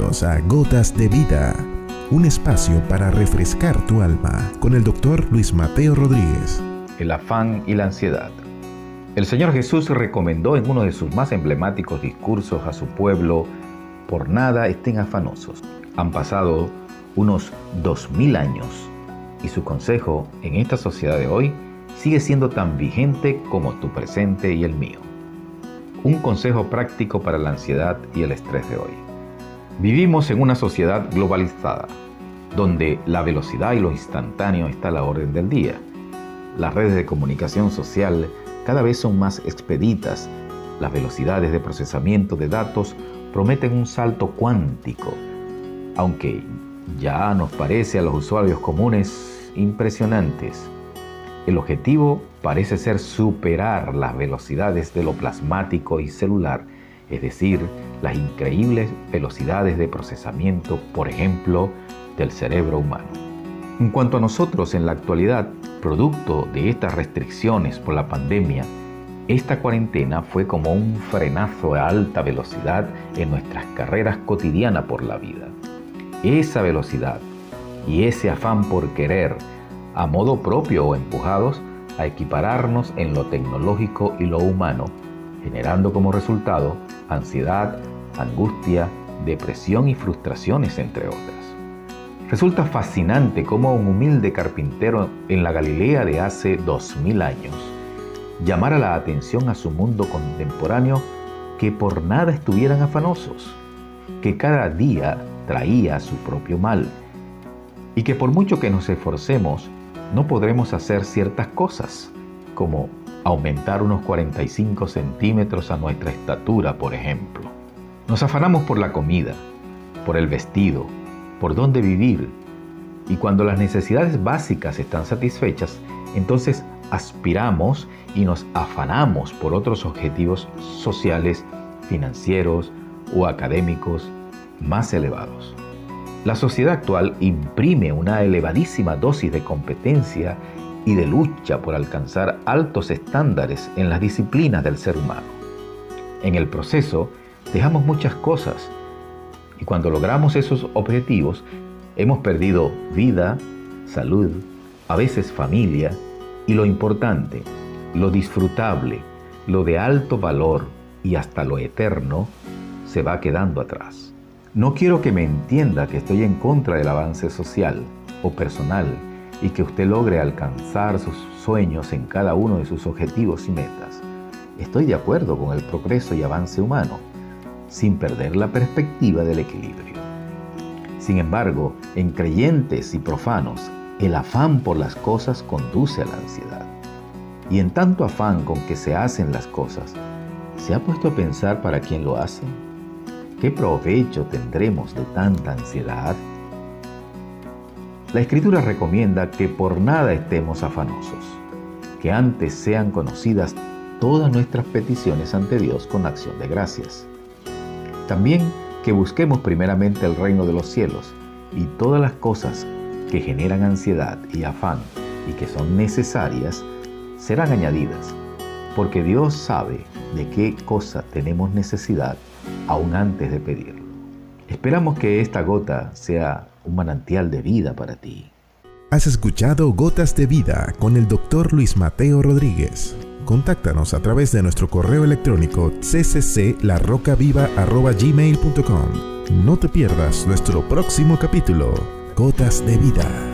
Bienvenidos a Gotas de Vida, un espacio para refrescar tu alma, con el Dr. Luis Mateo Rodríguez. El afán y la ansiedad. El Señor Jesús recomendó en uno de sus más emblemáticos discursos a su pueblo: por nada estén afanosos. Han pasado unos 2000 años y su consejo en esta sociedad de hoy sigue siendo tan vigente como tu presente y el mío. Un consejo práctico para la ansiedad y el estrés de hoy. Vivimos en una sociedad globalizada, donde la velocidad y lo instantáneo está a la orden del día. Las redes de comunicación social cada vez son más expeditas. Las velocidades de procesamiento de datos prometen un salto cuántico, aunque ya nos parece a los usuarios comunes impresionantes. El objetivo parece ser superar las velocidades de lo plasmático y celular, es decir, las increíbles velocidades de procesamiento, por ejemplo, del cerebro humano. En cuanto a nosotros en la actualidad, producto de estas restricciones por la pandemia, esta cuarentena fue como un frenazo a alta velocidad en nuestras carreras cotidianas por la vida. Esa velocidad y ese afán por querer, a modo propio o empujados, a equipararnos en lo tecnológico y lo humano, generando como resultado ansiedad, angustia, depresión y frustraciones, entre otras. Resulta fascinante cómo un humilde carpintero en la Galilea de hace 2000 años llamara la atención a su mundo contemporáneo que por nada estuvieran afanosos, que cada día traía su propio mal y que por mucho que nos esforcemos no podremos hacer ciertas cosas, como aumentar unos 45 centímetros a nuestra estatura, por ejemplo. Nos afanamos por la comida, por el vestido, por dónde vivir, y cuando las necesidades básicas están satisfechas, entonces aspiramos y nos afanamos por otros objetivos sociales, financieros o académicos más elevados. La sociedad actual imprime una elevadísima dosis de competencia y de lucha por alcanzar altos estándares en las disciplinas del ser humano. En el proceso, dejamos muchas cosas, y cuando logramos esos objetivos, hemos perdido vida, salud, a veces familia, y lo importante, lo disfrutable, lo de alto valor y hasta lo eterno, se va quedando atrás. No quiero que me entienda que estoy en contra del avance social o personal y que usted logre alcanzar sus sueños en cada uno de sus objetivos y metas. Estoy de acuerdo con el progreso y avance humano, sin perder la perspectiva del equilibrio. Sin embargo, en creyentes y profanos, el afán por las cosas conduce a la ansiedad. Y en tanto afán con que se hacen las cosas, ¿se ha puesto a pensar para quién lo hace? ¿Qué provecho tendremos de tanta ansiedad? La Escritura recomienda que por nada estemos afanosos, que antes sean conocidas todas nuestras peticiones ante Dios con acción de gracias. También que busquemos primeramente el reino de los cielos, y todas las cosas que generan ansiedad y afán y que son necesarias serán añadidas, porque Dios sabe de qué cosa tenemos necesidad aún antes de pedirlo. Esperamos que esta gota sea un manantial de vida para ti. Has escuchado Gotas de Vida con el Dr. Luis Mateo Rodríguez. Contáctanos a través de nuestro correo electrónico ccclarrocaviva@gmail.com. No te pierdas nuestro próximo capítulo, Gotas de Vida.